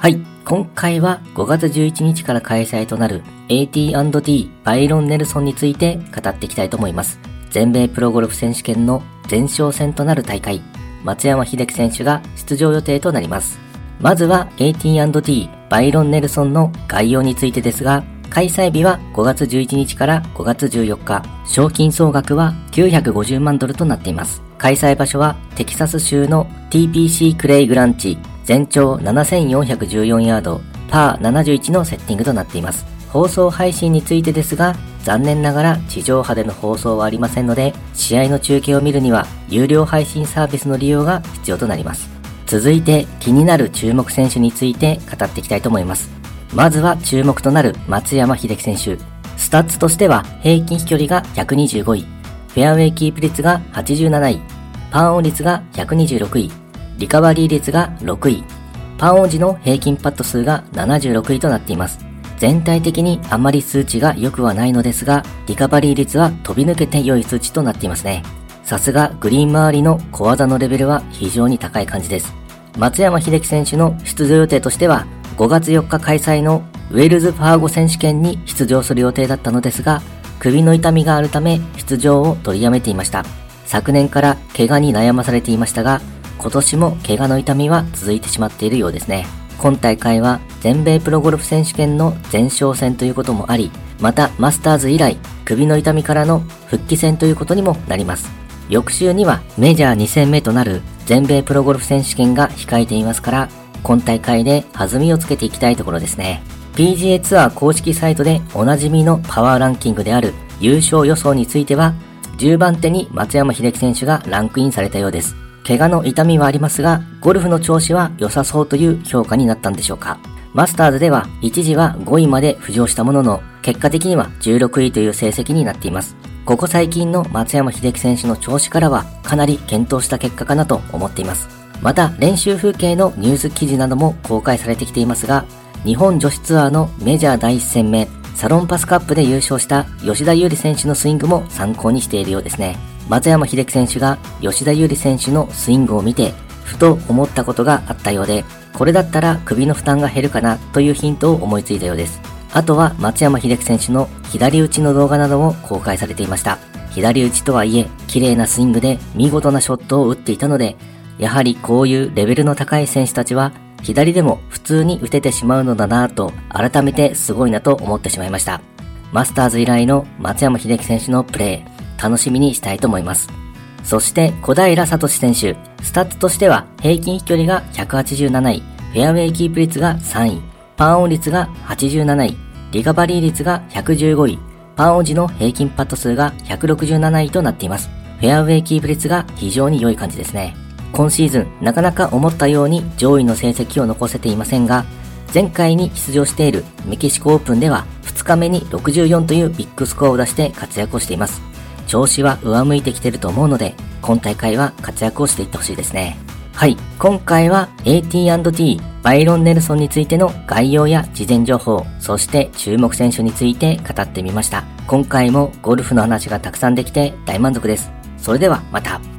はい、今回は5月11日から開催となる AT&T バイロン・ネルソンについて語っていきたいと思います。全米プロゴルフ選手権の前哨戦となる大会、松山英樹選手が出場予定となります。まずは AT&T バイロン・ネルソンの概要についてですが、開催日は5月11日から5月14日、賞金総額は950万ドルとなっています。開催場所はテキサス州の TPC クレイグランチ、全長7414ヤード、パー71のセッティングとなっています。放送配信についてですが、残念ながら地上波での放送はありませんので、試合の中継を見るには有料配信サービスの利用が必要となります。続いて気になる注目選手について語っていきたいと思います。まずは注目となる松山英樹選手。スタッツとしては平均飛距離が125位、フェアウェイキープ率が87位、パーオン率が126位、リカバリー率が6位、パーオン時の平均パット数が76位となっています。全体的にあまり数値が良くはないのですが、リカバリー率は飛び抜けて良い数値となっていますね。さすがグリーン周りの小技のレベルは非常に高い感じです。松山英樹選手の出場予定としては、5月4日開催のウェールズファーゴ選手権に出場する予定だったのですが、首の痛みがあるため出場を取りやめていました。昨年から怪我に悩まされていましたが、今年も怪我の痛みは続いてしまっているようですね。今大会は全米プロゴルフ選手権の前哨戦ということもあり、またマスターズ以来首の痛みからの復帰戦ということにもなります。翌週にはメジャー2戦目となる全米プロゴルフ選手権が控えていますから、今大会で弾みをつけていきたいところですね。PGA ツアー公式サイトでおなじみのパワーランキングである優勝予想については、10番手に松山英樹選手がランクインされたようです。怪我の痛みはありますが、ゴルフの調子は良さそうという評価になったんでしょうか。マスターズでは一時は5位まで浮上したものの、結果的には16位という成績になっています。ここ最近の松山英樹選手の調子からはかなり健闘した結果かなと思っています。また練習風景のニュース記事なども公開されてきていますが、日本女子ツアーのメジャー第1戦目、サロンパスカップで優勝した吉田優利選手のスイングも参考にしているようですね。松山英樹選手が吉田優利選手のスイングを見て、ふと思ったことがあったようで、これだったら首の負担が減るかなというヒントを思いついたようです。あとは松山英樹選手の左打ちの動画なども公開されていました。左打ちとはいえ、綺麗なスイングで見事なショットを打っていたので、やはりこういうレベルの高い選手たちは、左でも普通に打ててしまうのだなぁと、改めてすごいなと思ってしまいました。マスターズ以来の松山英樹選手のプレー、楽しみにしたいと思います。そして小平智選手、スタッツとしては平均飛距離が187位、フェアウェイキープ率が3位、パーオン率が87位、リカバリー率が115位、パーオン時の平均パット数が167位となっています。フェアウェイキープ率が非常に良い感じですね。今シーズンなかなか思ったように上位の成績を残せていませんが、前回に出場しているメキシコオープンでは2日目に64というビッグスコアを出して活躍をしています。調子は上向いてきていると思うので、今大会は活躍をしていってほしいですね。はい、今回は AT&T バイロン・ネルソンについての概要や事前情報、そして注目選手について語ってみました。今回もゴルフの話がたくさんできて大満足です。それではまた。